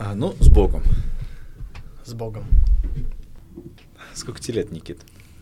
С Богом. С Богом. Сколько тебе лет, Никит?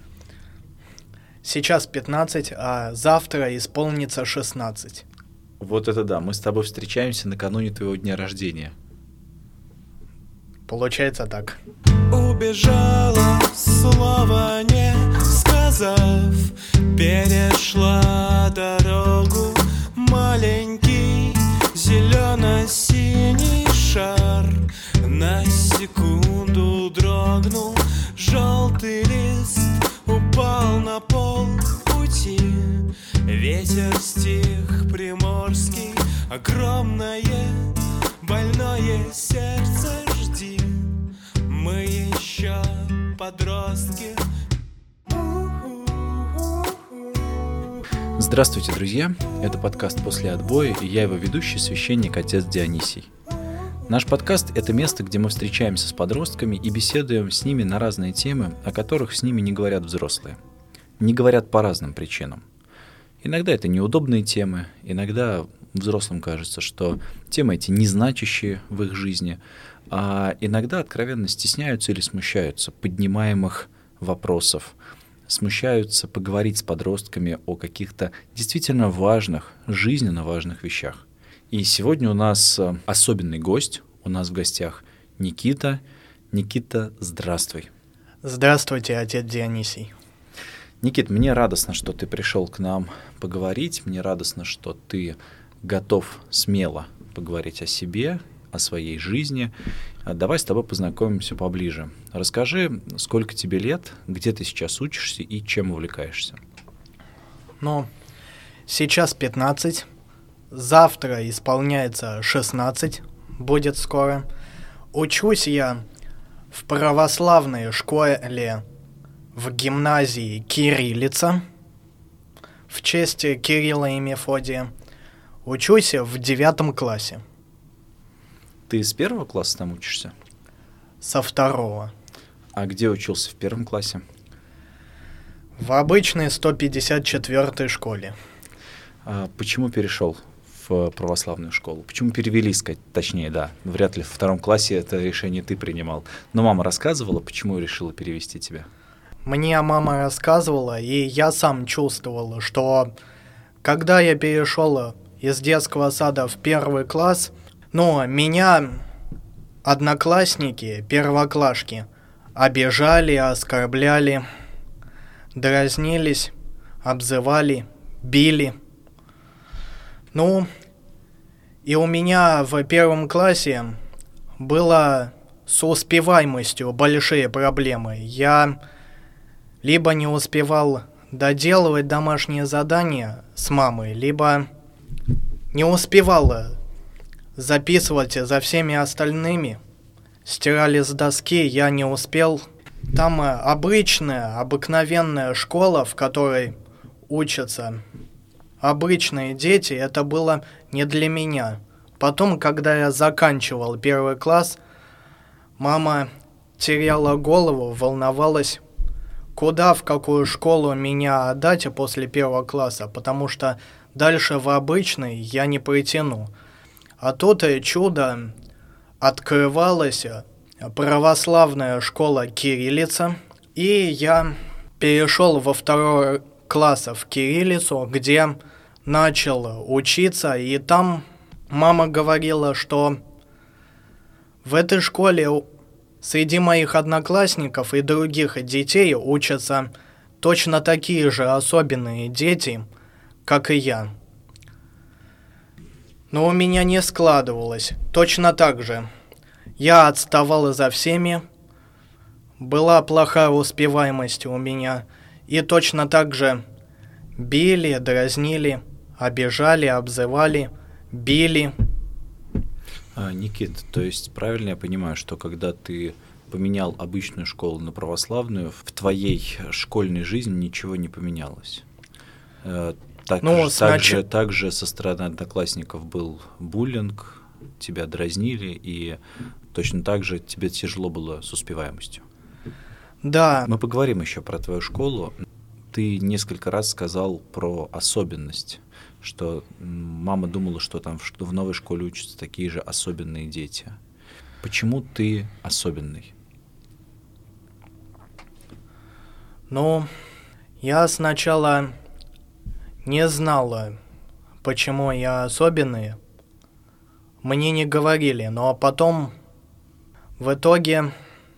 Сейчас 15, а завтра исполнится 16. Вот это да, мы с тобой встречаемся накануне твоего дня рождения. Получается так. Убежала, слова не сказав, перешла дорогу маленький зелено-синий шар. На секунду дрогнул желтый лист, упал на пол пути. Ветер стих приморский, огромное больное сердце жди. Мы еще подростки. Здравствуйте, друзья! Это подкаст «После отбоя», и я его ведущий, священник отец Дионисий. Наш подкаст – это место, где мы встречаемся с подростками и беседуем с ними на разные темы, о которых с ними не говорят взрослые. Не говорят по разным причинам. Иногда это неудобные темы, иногда взрослым кажется, что темы эти незначащие в их жизни, а иногда откровенно стесняются или смущаются поднимаемых вопросов, смущаются поговорить с подростками о каких-то действительно важных, жизненно важных вещах. И сегодня у нас особенный гость, у нас в гостях Никита. Никита, здравствуй. Здравствуйте, отец Дионисий. Никит, мне радостно, что ты пришел к нам поговорить, мне радостно, что ты готов смело поговорить о себе, о своей жизни. Давай с тобой познакомимся поближе. Расскажи, сколько тебе лет, где ты сейчас учишься и чем увлекаешься? Сейчас 15, завтра исполняется 16, будет скоро. Учусь я в православной школе в гимназии «Кириллица» в честь Кирилла и Мефодия. Учусь в 9 классе. Ты с 1 класса там учишься? Со 2. А где учился в 1 классе? В обычной 154-й школе. А почему перешел в православную школу? Почему перевели, точнее, да, вряд ли в 2 классе это решение ты принимал. Но мама рассказывала, почему решила перевести тебя? Мне мама рассказывала, и я сам чувствовал, что когда я перешел из детского сада в 1 класс, меня одноклассники, первоклашки, обижали, оскорбляли, дразнились, обзывали, били. И у меня в 1 классе было с успеваемостью большие проблемы. Я либо не успевал доделывать домашние задания с мамой, либо не успевал записывать за всеми остальными. Стирали с доски, я не успел. Там обыкновенная школа, в которой учатся обычные дети, это было не для меня. Потом, когда я заканчивал 1 класс, мама теряла голову, волновалась, куда, в какую школу меня отдать после 1 класса, потому что дальше в обычный я не притяну. А тут чудо, открывалась православная школа Кириллица, и я перешел во 2 класс в Кириллицу, где начал учиться, и там мама говорила, что в этой школе среди моих одноклассников и других детей учатся точно такие же особенные дети, как и я. Но у меня не складывалось. Точно так же. Я отставал за всеми, была плохая успеваемость у меня, и точно так же били, дразнили, обижали, обзывали, били. Никит, то есть правильно я понимаю, что когда ты поменял обычную школу на православную, в твоей школьной жизни ничего не поменялось? Также со стороны одноклассников был буллинг, тебя дразнили, и точно так же тебе тяжело было с успеваемостью. Да. Мы поговорим еще про твою школу. Ты несколько раз сказал про особенность, что мама думала, что там в новой школе учатся такие же особенные дети. Почему ты особенный? Ну, я сначала не знала, почему я особенный. Мне не говорили, но потом в итоге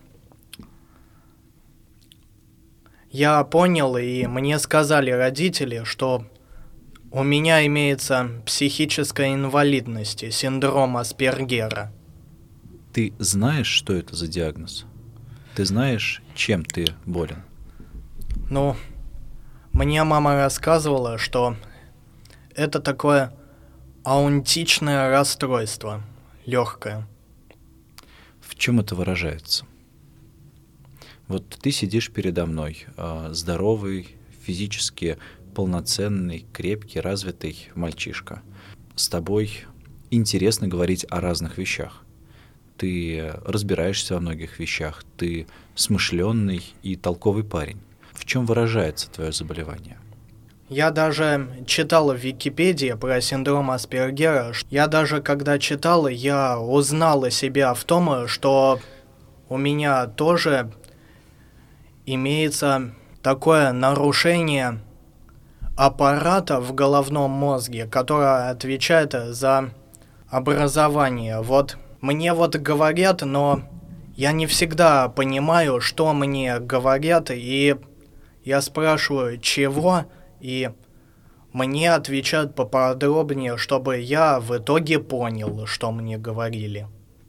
я понял, и мне сказали родители, что у меня имеется психическая инвалидность, синдром Аспергера. Ты знаешь, что это за диагноз? Ты знаешь, чем ты болен? Ну, мне мама рассказывала, что это такое аутичное расстройство, легкое. В чем это выражается? Вот ты сидишь передо мной, здоровый, физически полноценный, крепкий, развитый мальчишка. С тобой интересно говорить о разных вещах. Ты разбираешься во многих вещах, ты смышленый и толковый парень. В чем выражается твое заболевание? Я даже читал в Википедии про синдром Аспергера. Я даже когда читал, я узнал себя в том, что у меня тоже имеется такое нарушение аппарата в головном мозге, которое отвечает за образование. Вот мне вот говорят, но я не всегда понимаю, что мне говорят, и я спрашиваю, чего, и мне отвечают поподробнее, чтобы я в итоге понял, что мне говорили.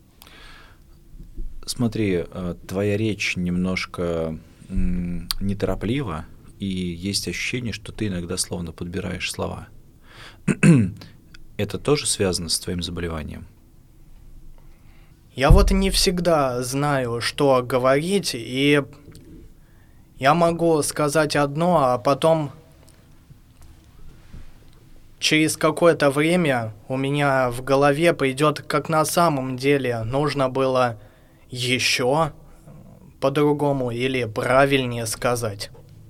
Смотри, твоя речь немножко нетороплива, и есть ощущение, что ты иногда словно подбираешь слова. Это тоже связано с твоим заболеванием? Я вот не всегда знаю, что говорить, и я могу сказать одно, а потом через какое-то время у меня в голове придет, как на самом деле нужно было еще по-другому или правильнее сказать.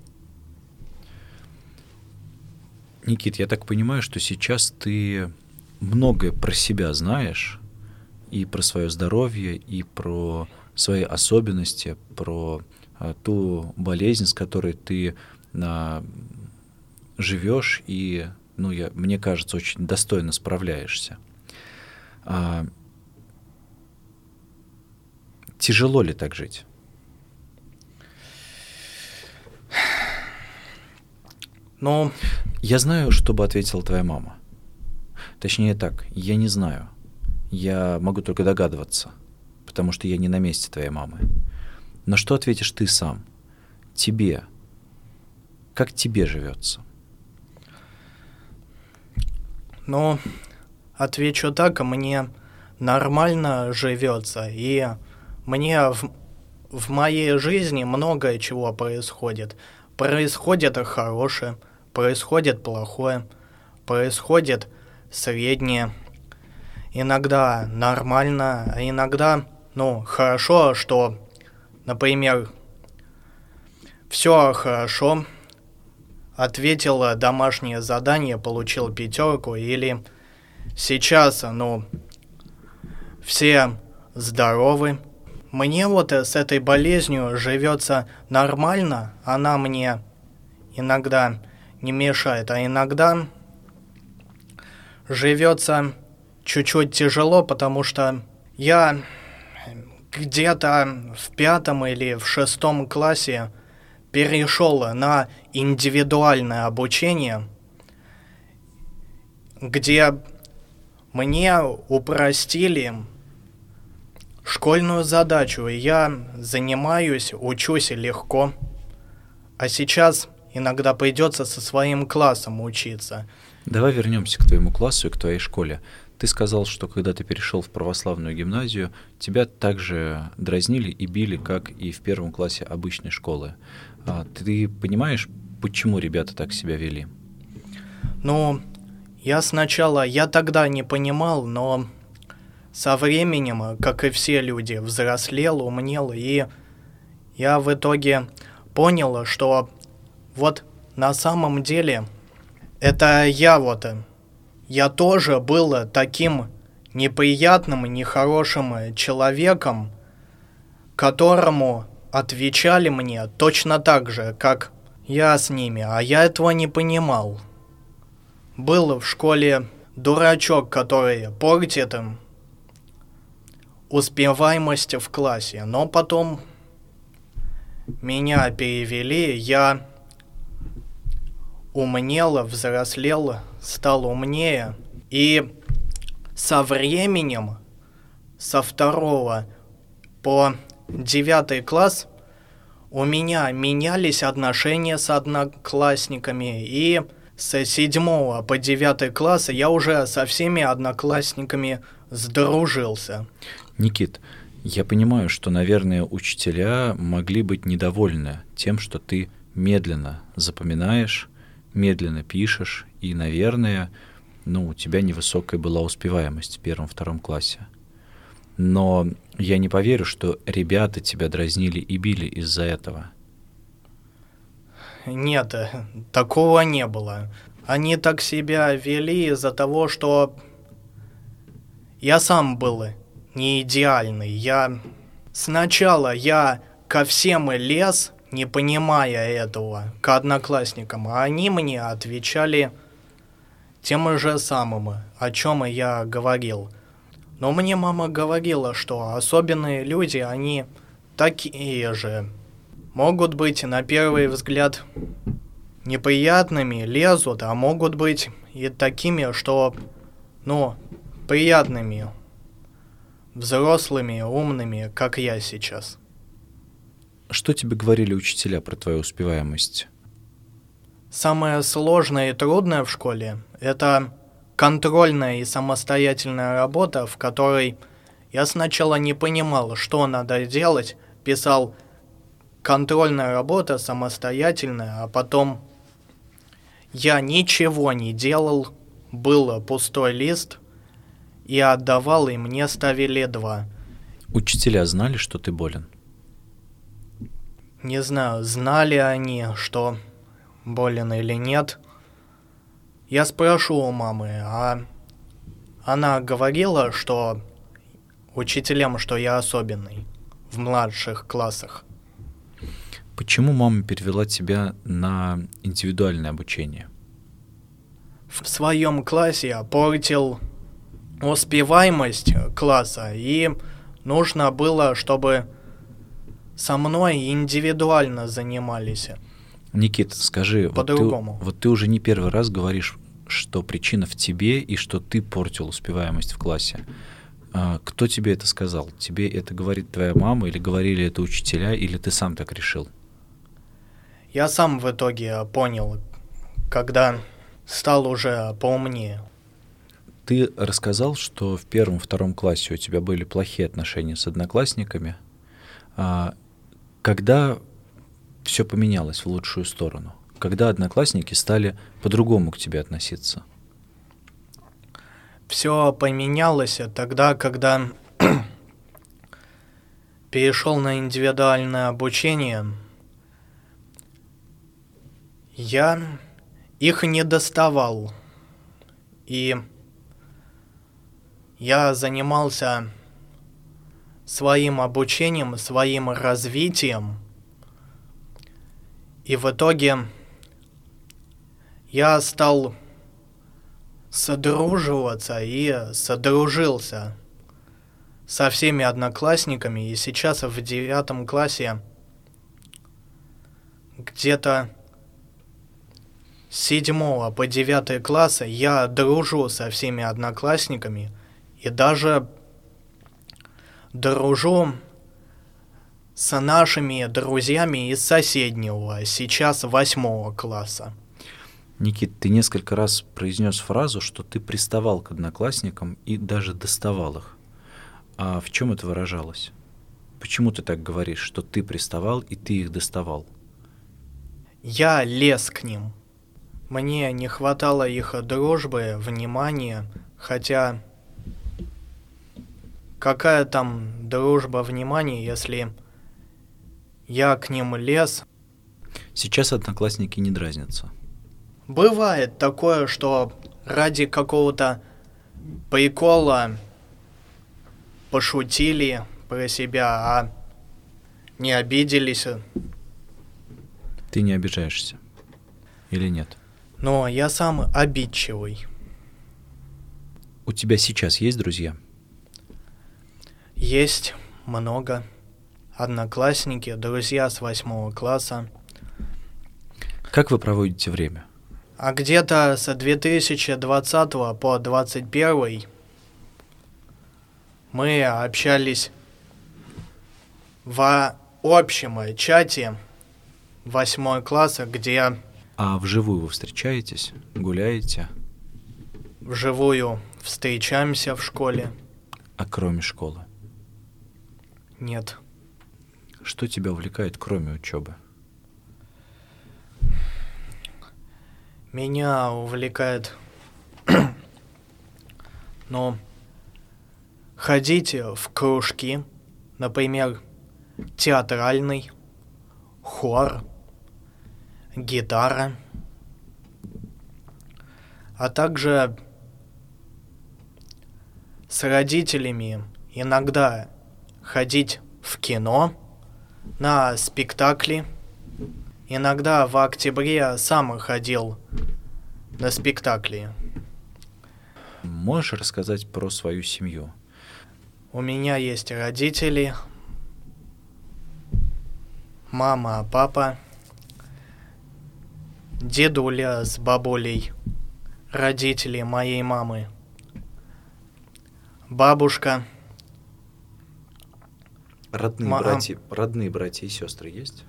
Никит, я так понимаю, что сейчас ты многое про себя знаешь, и про свое здоровье, и про свои особенности, про ту болезнь, с которой ты живешь, и, мне кажется, очень достойно справляешься. Тяжело ли так жить? Я знаю, что бы ответила твоя мама. Точнее так, я не знаю. Я могу только догадываться, потому что я не на месте твоей мамы. Но что ответишь ты сам? Тебе. Как тебе живется? Отвечу так, мне нормально живется, и мне в моей жизни много чего происходит. Происходит хорошее, происходит плохое, происходит среднее. Иногда нормально, а иногда, хорошо, что, например, все хорошо, ответил домашнее задание, получил 5, или сейчас, все здоровы. Мне вот с этой болезнью живется нормально, она мне иногда не мешает, а иногда живется чуть-чуть тяжело, потому что я где-то в 5 или в 6 классе перешел на индивидуальное обучение, где мне упростили школьную задачу, и я учусь легко, а сейчас иногда придется со своим классом учиться. Давай вернемся к твоему классу и к твоей школе. Ты сказал, что когда ты перешел в православную гимназию, тебя также дразнили и били, как и в 1 классе обычной школы. Ты понимаешь, почему ребята так себя вели? Я тогда не понимал, но со временем, как и все люди, взрослел, умнел, и я в итоге понял, что вот на самом деле это я тоже был таким неприятным, нехорошим человеком, которому отвечали мне точно так же, как я с ними, а я этого не понимал. Был в школе дурачок, который портит им успеваемость в классе, но потом меня перевели, я умнел, взрослел, стал умнее, и со временем, со 2 по 9 класс, у меня менялись отношения с одноклассниками, и с 7 по 9 класс я уже со всеми одноклассниками сдружился. Никит, я понимаю, что, наверное, учителя могли быть недовольны тем, что ты медленно запоминаешь, медленно пишешь, и, наверное, у тебя невысокая была успеваемость в 1-2 классе. Но я не поверю, что ребята тебя дразнили и били из-за этого. Нет, такого не было. Они так себя вели из-за того, что я сам был не идеальный. Сначала я ко всем лез, не понимая этого, к одноклассникам, а они мне отвечали тем же самым, о чем я говорил. Но мне мама говорила, что особенные люди, они такие же. Могут быть на первый взгляд неприятными, лезут, а могут быть и такими, что, приятными, взрослыми, умными, как я сейчас. Что тебе говорили учителя про твою успеваемость? Самое сложное и трудное в школе – это контрольная и самостоятельная работа, в которой я сначала не понимал, что надо делать, писал контрольная работа самостоятельная, а потом я ничего не делал, был пустой лист, и отдавал, и мне ставили 2. Учителя знали, что ты болен? Не знаю, знали они, что болен или нет. Я спрошу у мамы, а она говорила, что учителям, что я особенный в младших классах. Почему мама перевела тебя на индивидуальное обучение? В своем классе я портил успеваемость класса, и нужно было, чтобы со мной индивидуально занимались. Никит, скажи, по-другому. Вот ты уже не первый раз говоришь, что причина в тебе и что ты портил успеваемость в классе. Кто тебе это сказал? Тебе это говорит твоя мама, или говорили это учителя, или ты сам так решил? Я сам в итоге понял, когда стал уже поумнее. Ты рассказал, что в 1-2 классе у тебя были плохие отношения с одноклассниками. Когда все поменялось в лучшую сторону? Когда одноклассники стали по-другому к тебе относиться? Все поменялось тогда, когда перешел на индивидуальное обучение. Я их не доставал. И я занимался своим обучением, своим развитием. И в итоге я стал содруживаться и содружился со всеми одноклассниками. И сейчас в 9 классе где-то с 7 по 9 класс я дружу со всеми одноклассниками и даже дружу с нашими друзьями из соседнего, сейчас 8 класса. Никит, ты несколько раз произнес фразу, что ты приставал к одноклассникам и даже доставал их. А в чем это выражалось? Почему ты так говоришь, что ты приставал и ты их доставал? Я лез к ним. Мне не хватало их дружбы, внимания, хотя какая там дружба, внимание, если я к ним лез? Сейчас одноклассники не дразнятся. Бывает такое, что ради какого-то прикола пошутили про себя, а не обиделись. Ты не обижаешься или нет? Но я сам обидчивый. У тебя сейчас есть друзья? Есть много. Одноклассники, друзья с 8 класса. Как вы проводите время? А где-то с 2020 по 2021 мы общались в общем чате 8 класса, где А вживую вы встречаетесь, гуляете? вживую встречаемся в школе. А кроме школы? Нет. Что тебя увлекает, кроме учебы? Меня увлекает, ходить в кружки, например, театральный, хор, гитара, а также с родителями иногда ходить в кино, на спектакли. Иногда в октябре сам ходил на спектакли. Можешь рассказать про свою семью? У меня есть родители, мама, папа, дедуля с бабулей, родители моей мамы, бабушка. Родные братья и сестры есть?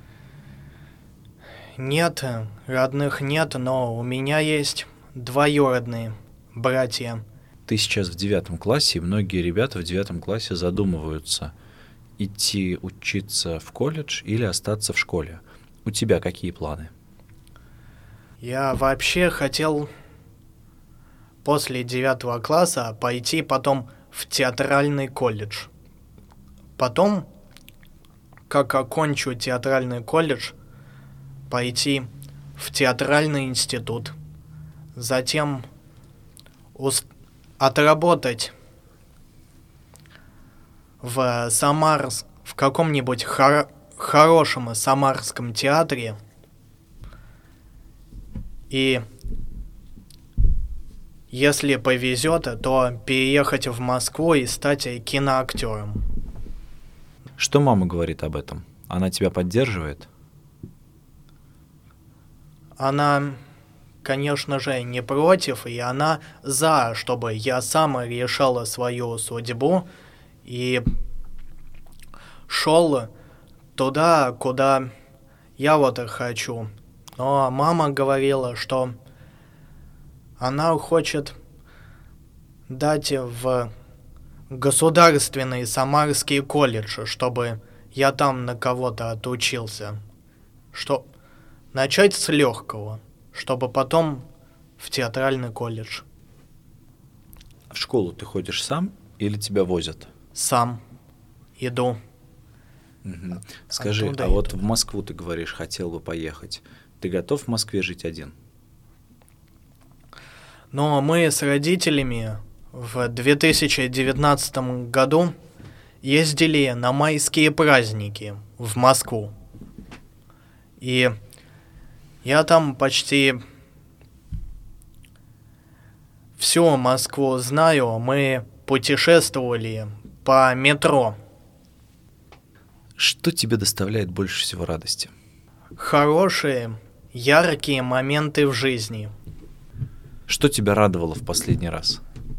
Нет, родных нет, но у меня есть двоюродные братья. Ты сейчас в 9 классе, и многие ребята в 9 классе задумываются, идти учиться в колледж или остаться в школе. У тебя какие планы? Я вообще хотел после 9 класса пойти потом в театральный колледж. Потом, как окончу театральный колледж, пойти в театральный институт. Затем отработать в каком-нибудь хорошем самарском театре и, если повезет, то переехать в Москву и стать киноактером. Что мама говорит об этом? Она тебя поддерживает? Она, конечно же, не против, и она за, чтобы я сам решала свою судьбу и шел туда, куда я хочу. Но мама говорила, что она хочет дать в государственный Самарский колледж, чтобы я там на кого-то отучился. Начать с легкого, чтобы потом в театральный колледж. В школу ты ходишь сам или тебя возят? Сам иду. Угу. Скажи, Оттуда вот в Москву ты говоришь, хотел бы поехать. Ты готов в Москве жить один? Но мы с родителями в 2019 году ездили на майские праздники в Москву. И я там почти всю Москву знаю. Мы путешествовали по метро. Что тебе доставляет больше всего радости? Хорошие, яркие моменты в жизни. Что тебя радовало в последний раз?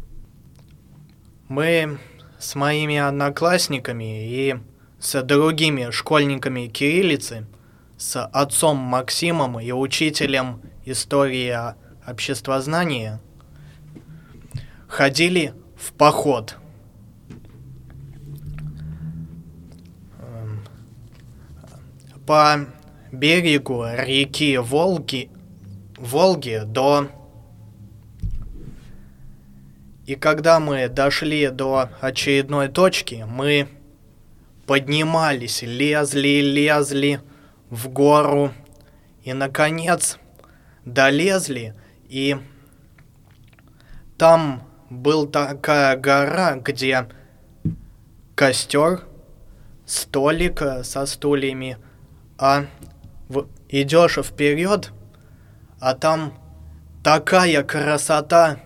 Мы с моими одноклассниками и с другими школьниками кириллицы, с отцом Максимом и учителем истории обществознания ходили в поход. По берегу реки Волги до... И когда мы дошли до очередной точки, мы поднимались, лезли в гору и, наконец, долезли, и там была такая гора, где костер, столик со стульями, а идешь вперед, а там такая красота,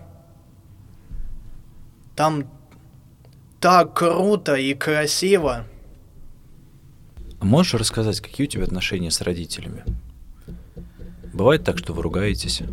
там так круто и красиво. Можешь рассказать, какие у тебя отношения с родителями? Бывает так, что вы ругаетесь?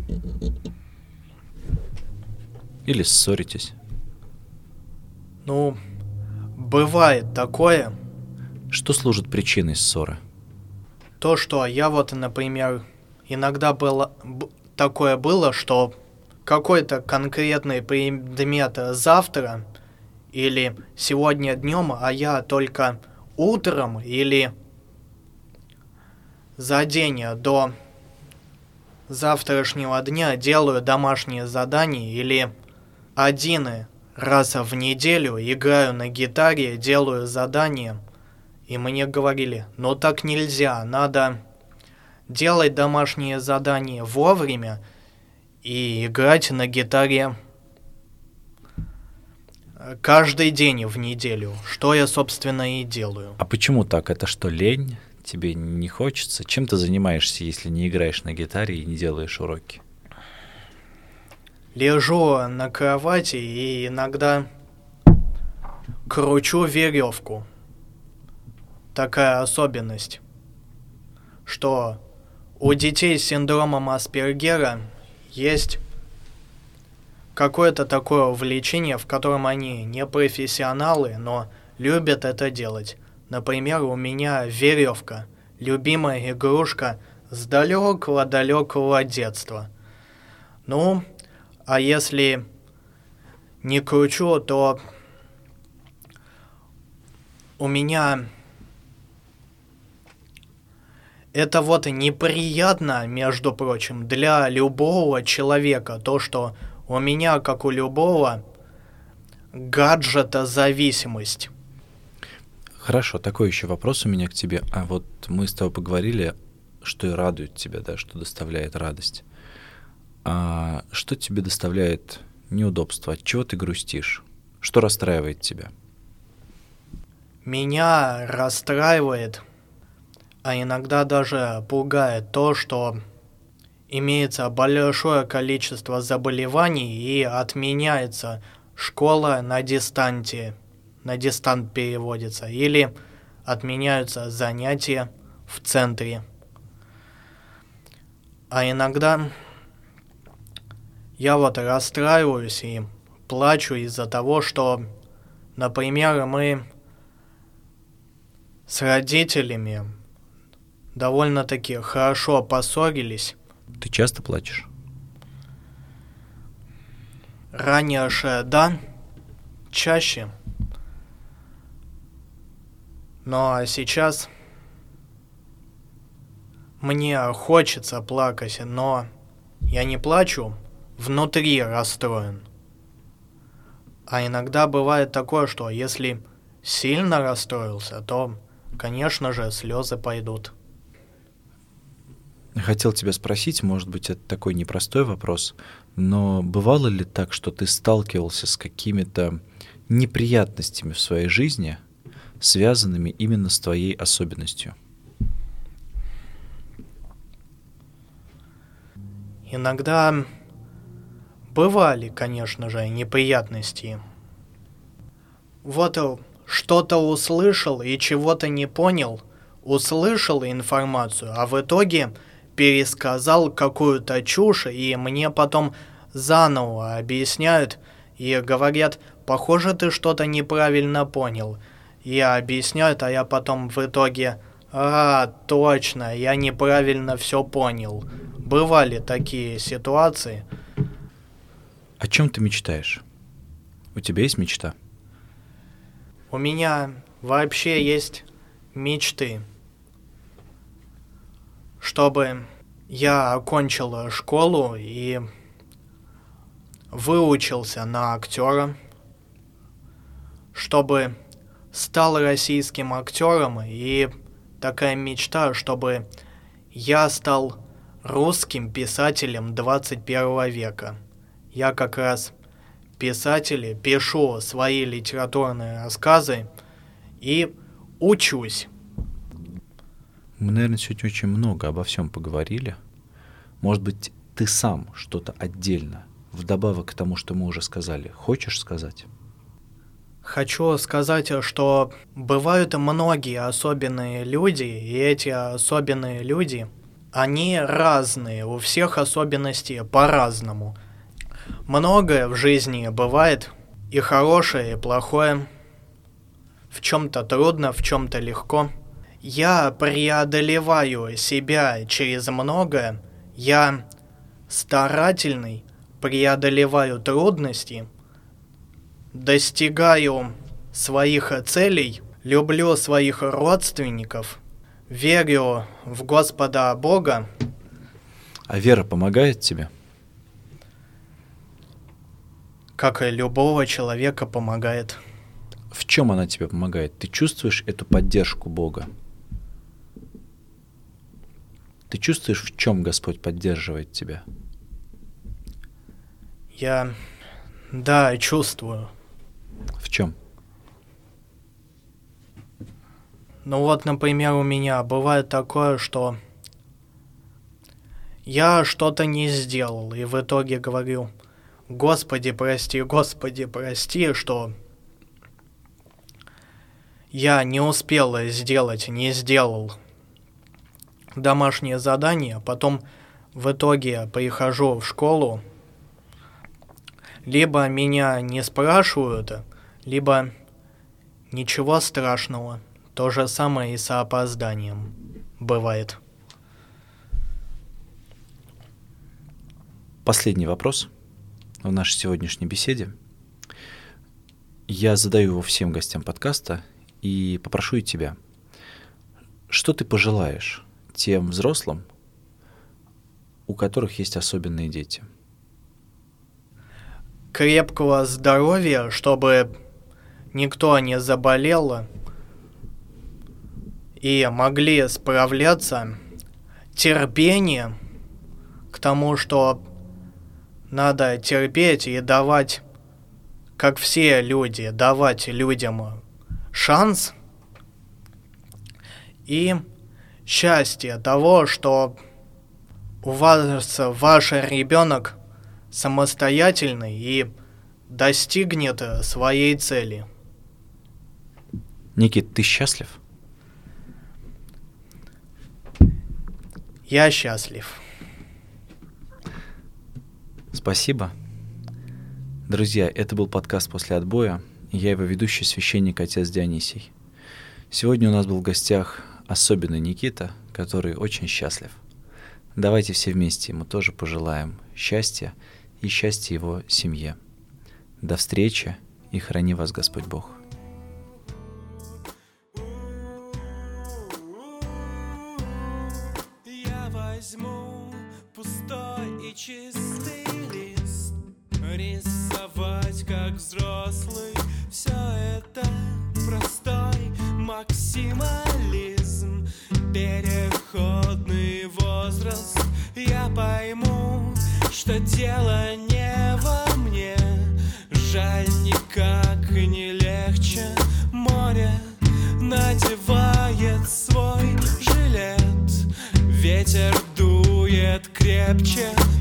Или ссоритесь? Ну, бывает такое. Что служит причиной ссоры? То, что я например, иногда такое было, что какой-то конкретный предмет завтра или сегодня днем, а я только утром или за день до завтрашнего дня делаю домашние задания или один раз в неделю играю на гитаре, делаю задания. И мне говорили, ну так нельзя, надо делать домашние задания вовремя и играть на гитаре каждый день в неделю, что я, собственно, и делаю. А почему так? Это что, лень? Тебе не хочется? Чем ты занимаешься, если не играешь на гитаре и не делаешь уроки? Лежу на кровати и иногда кручу веревку. Такая особенность, что у детей с синдромом Аспергера есть какое-то такое увлечение, в котором они не профессионалы, но любят это делать. Например, у меня веревка, любимая игрушка с далекого-далекого детства. Ну, а если не кручу, то у меня это неприятно, между прочим, для любого человека, то, что у меня, как у любого гаджета, зависимость. Хорошо, такой еще вопрос у меня к тебе. А вот мы с тобой поговорили, что и радует тебя, да, что доставляет радость. А что тебе доставляет неудобство? От чего ты грустишь? Что расстраивает тебя? Меня расстраивает, а иногда даже пугает то, что имеется большое количество заболеваний и отменяется школа на дистанте. На дистант переводится, или отменяются занятия в центре. А иногда я расстраиваюсь и плачу из-за того, что, например, мы с родителями довольно-таки хорошо поссорились. Ты часто плачешь? Раньше, да, чаще. Но сейчас мне хочется плакать, но я не плачу, внутри расстроен. А иногда бывает такое, что если сильно расстроился, то, конечно же, слезы пойдут. Хотел тебя спросить, может быть, это такой непростой вопрос, но бывало ли так, что ты сталкивался с какими-то неприятностями в своей жизни, связанными именно с твоей особенностью? Иногда бывали, конечно же, неприятности. Что-то услышал и чего-то не понял, услышал информацию, а в итоге пересказал какую-то чушь, и мне потом заново объясняют и говорят, похоже, ты что-то неправильно понял. Я объясняют, а я потом в итоге, точно, я неправильно все понял. Бывали такие ситуации. О чем ты мечтаешь? У тебя есть мечта? У меня вообще есть мечты. Чтобы я окончил школу и выучился на актера. Чтобы стал российским актером, и такая мечта, чтобы я стал русским писателем 21 века. Я как раз писатель, пишу свои литературные рассказы, и учусь. Мы, наверное, сегодня очень много обо всем поговорили. Может быть, ты сам что-то отдельно, вдобавок к тому, что мы уже сказали, хочешь сказать? Хочу сказать, что бывают многие особенные люди, и эти особенные люди, они разные, у всех особенности по-разному. Многое в жизни бывает и хорошее, и плохое, в чем-то трудно, в чем-то легко. Я преодолеваю себя через многое, я старательный, преодолеваю трудности, достигаю своих целей, люблю своих родственников, верю в Господа Бога. А вера помогает тебе? Как и любого человека помогает. В чем она тебе помогает? Ты чувствуешь эту поддержку Бога? Ты чувствуешь, в чем Господь поддерживает тебя? Да, чувствую. В чем? Ну вот, например, у меня бывает такое, что я что-то не сделал, и в итоге говорю: Господи, прости, что я не успел сделать, не сделал домашнее задание, потом в итоге прихожу в школу, либо меня не спрашивают, либо ничего страшного. То же самое и с опозданием бывает. Последний вопрос в нашей сегодняшней беседе. Я задаю его всем гостям подкаста и попрошу и тебя. Что ты пожелаешь тем взрослым, у которых есть особенные дети? Крепкого здоровья, чтобы никто не заболел и могли справляться, терпение к тому, что надо терпеть и давать, как все люди, давать людям шанс, и счастье того, что у вас ваш ребенок самостоятельный и достигнет своей цели. Никит, ты счастлив? Я счастлив. Спасибо. Друзья, это был подкаст «После отбоя», и я его ведущий, священник отец Дионисий. Сегодня у нас был в гостях особенный Никита, который очень счастлив. Давайте все вместе ему тоже пожелаем счастья и счастья его семье. До встречи, и храни вас Господь Бог. Я возьму пустой и чистый лист, рисовать как взрослый. Все это простой максимализм, переходный возраст. Я пойму, что дело не во мне. Жаль, никак не легче. Море надевает свой жилет, ветер дует крепче.